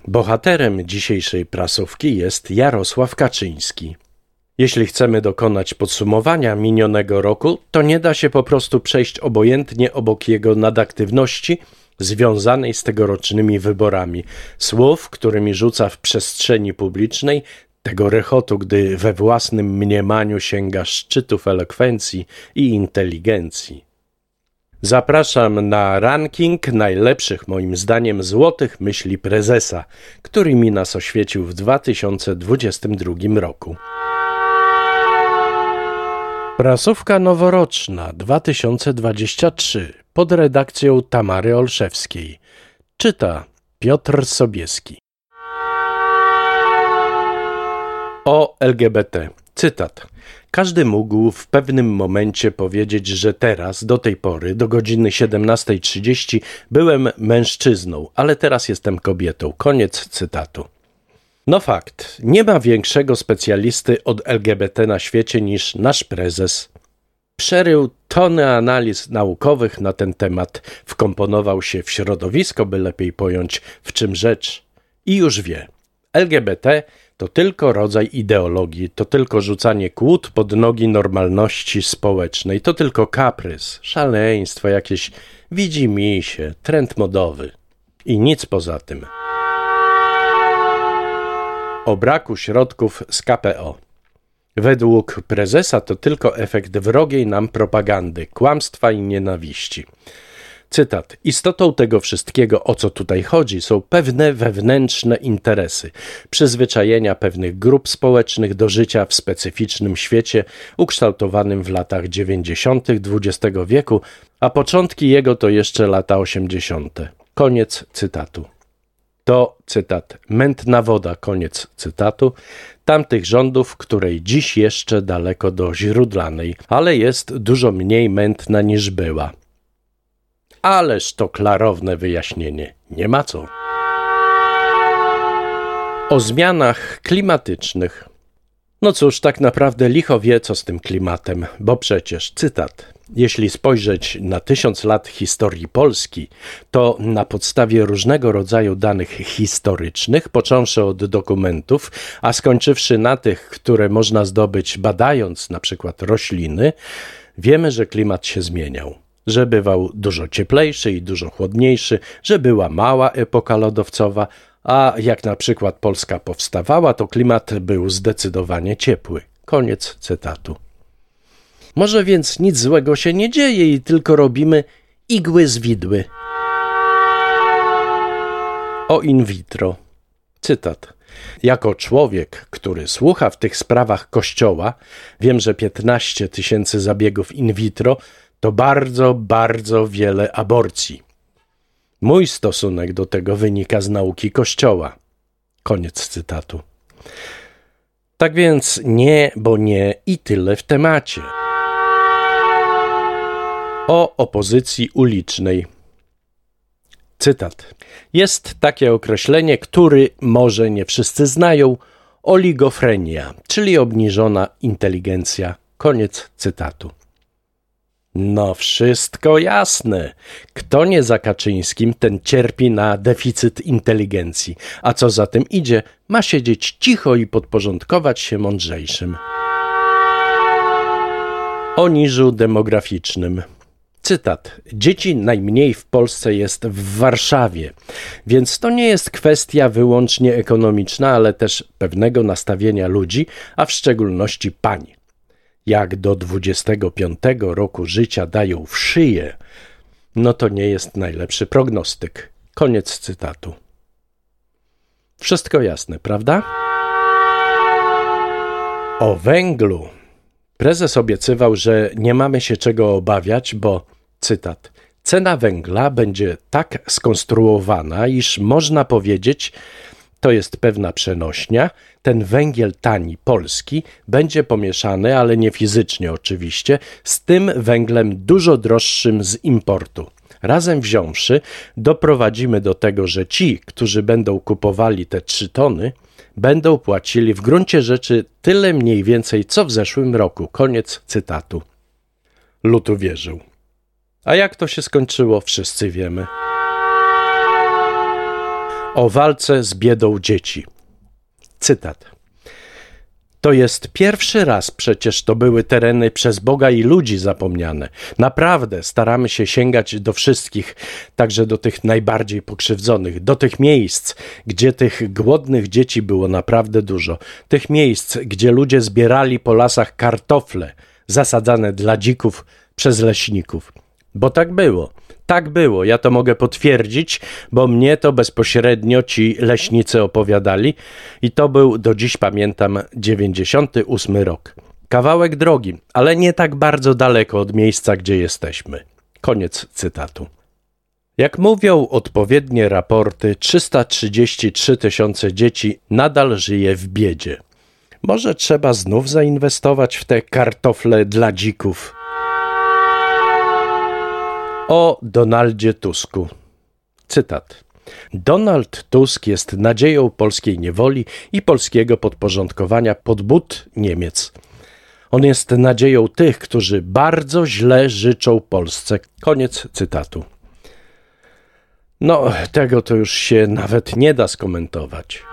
Bohaterem dzisiejszej prasówki jest Jarosław Kaczyński. Jeśli chcemy dokonać podsumowania minionego roku, to nie da się po prostu przejść obojętnie obok jego nadaktywności związanej z tegorocznymi wyborami, słów, którymi rzuca w przestrzeni publicznej, tego rechotu, gdy we własnym mniemaniu sięga szczytów elokwencji i inteligencji. Zapraszam na ranking najlepszych, moim zdaniem, złotych myśli prezesa, którymi nas oświecił w 2022 roku. Prasówka noworoczna 2023 pod redakcją Tamary Olszewskiej. Czyta Piotr Sobieski. O LGBT. Cytat. Każdy mógł w pewnym momencie powiedzieć, że teraz, do tej pory, do godziny 17:30 byłem mężczyzną, ale teraz jestem kobietą. Koniec cytatu. No fakt, nie ma większego specjalisty od LGBT na świecie niż nasz prezes. Przerył tony analiz naukowych na ten temat, wkomponował się w środowisko, by lepiej pojąć, w czym rzecz. I już wie, LGBT to tylko rodzaj ideologii, to tylko rzucanie kłód pod nogi normalności społecznej, to tylko kaprys, szaleństwo, jakieś widzimisię, trend modowy i nic poza tym. O braku środków z KPO. Według prezesa to tylko efekt wrogiej nam propagandy, kłamstwa i nienawiści. Cytat. Istotą tego wszystkiego, o co tutaj chodzi, są pewne wewnętrzne interesy, przyzwyczajenia pewnych grup społecznych do życia w specyficznym świecie ukształtowanym w latach 90. XX wieku, a początki jego to jeszcze lata 80. Koniec cytatu. To, cytat, mętna woda, koniec cytatu, tamtych rządów, której dziś jeszcze daleko do źródlanej, ale jest dużo mniej mętna niż była. Ależ to klarowne wyjaśnienie, nie ma co. O zmianach klimatycznych. No cóż, tak naprawdę licho wie, co z tym klimatem, bo przecież, cytat, jeśli spojrzeć na 1000 lat historii Polski, to na podstawie różnego rodzaju danych historycznych, począwszy od dokumentów, a skończywszy na tych, które można zdobyć badając na przykład rośliny, wiemy, że klimat się zmieniał. Że bywał dużo cieplejszy i dużo chłodniejszy, że była mała epoka lodowcowa, a jak na przykład Polska powstawała, to klimat był zdecydowanie ciepły. Koniec cytatu. Może więc nic złego się nie dzieje i tylko robimy igły z widły. O in vitro. Cytat. Jako człowiek, który słucha w tych sprawach Kościoła, wiem, że 15 000 zabiegów in vitro to bardzo, bardzo wiele aborcji. Mój stosunek do tego wynika z nauki Kościoła. Koniec cytatu. Tak więc nie, bo nie i tyle w temacie. O opozycji ulicznej. Cytat. Jest takie określenie, które może nie wszyscy znają, oligofrenia, czyli obniżona inteligencja. Koniec cytatu. No wszystko jasne. Kto nie za Kaczyńskim, ten cierpi na deficyt inteligencji, a co za tym idzie, ma siedzieć cicho i podporządkować się mądrzejszym. O niżu demograficznym. Cytat. Dzieci najmniej w Polsce jest w Warszawie, więc to nie jest kwestia wyłącznie ekonomiczna, ale też pewnego nastawienia ludzi, a w szczególności pań. Jak do 25 roku życia dają w szyję, no to nie jest najlepszy prognostyk. Koniec cytatu. Wszystko jasne, prawda? O węglu. Prezes obiecywał, że nie mamy się czego obawiać, bo, cytat, cena węgla będzie tak skonstruowana, iż można powiedzieć, to jest pewna przenośnia, ten węgiel tani, polski, będzie pomieszany, ale nie fizycznie oczywiście, z tym węglem dużo droższym z importu. Razem wziąwszy, doprowadzimy do tego, że ci, którzy będą kupowali te 3 tony, będą płacili w gruncie rzeczy tyle mniej więcej, co w zeszłym roku. Koniec cytatu. Lud uwierzył. A jak to się skończyło, wszyscy wiemy. o walce z biedą dzieci. Cytat. To jest pierwszy raz przecież to były tereny przez Boga i ludzi zapomniane. Naprawdę staramy się sięgać do wszystkich, także do tych najbardziej pokrzywdzonych, do tych miejsc, gdzie tych głodnych dzieci było naprawdę dużo. Tych miejsc, gdzie ludzie zbierali po lasach kartofle zasadzane dla dzików przez leśników. Bo tak było. Tak było, ja to mogę potwierdzić, bo mnie to bezpośrednio ci leśnicy opowiadali i to był, do dziś pamiętam, 98 rok. Kawałek drogi, ale nie tak bardzo daleko od miejsca, gdzie jesteśmy. Koniec cytatu. Jak mówią odpowiednie raporty, 333 000 dzieci nadal żyje w biedzie. Może trzeba znów zainwestować w te kartofle dla dzików. O Donaldzie Tusku. Cytat. Donald Tusk jest nadzieją polskiej niewoli i polskiego podporządkowania pod but Niemiec. On jest nadzieją tych, którzy bardzo źle życzą Polsce. Koniec cytatu. No, tego to już się nawet nie da skomentować.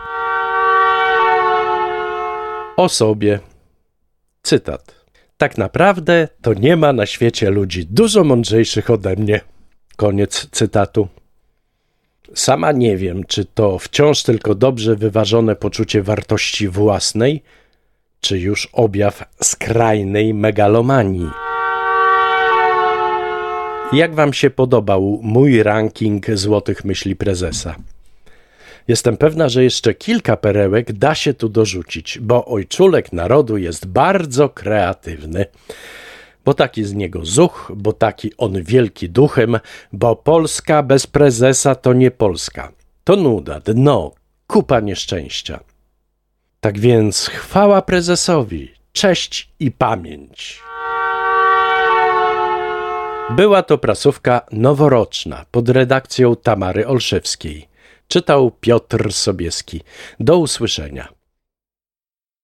O sobie. Cytat. Tak naprawdę to nie ma na świecie ludzi dużo mądrzejszych ode mnie. Koniec cytatu. Sama nie wiem, czy to wciąż tylko dobrze wyważone poczucie wartości własnej, czy już objaw skrajnej megalomanii. Jak wam się podobał mój ranking złotych myśli prezesa? Jestem pewna, że jeszcze kilka perełek da się tu dorzucić, bo ojczulek narodu jest bardzo kreatywny. Bo taki z niego zuch, bo taki on wielki duchem, bo Polska bez prezesa to nie Polska. To nuda, dno, kupa nieszczęścia. Tak więc chwała prezesowi, cześć i pamięć. Była to prasówka noworoczna pod redakcją Tamary Olszewskiej. Czytał Piotr Sobieski. Do usłyszenia.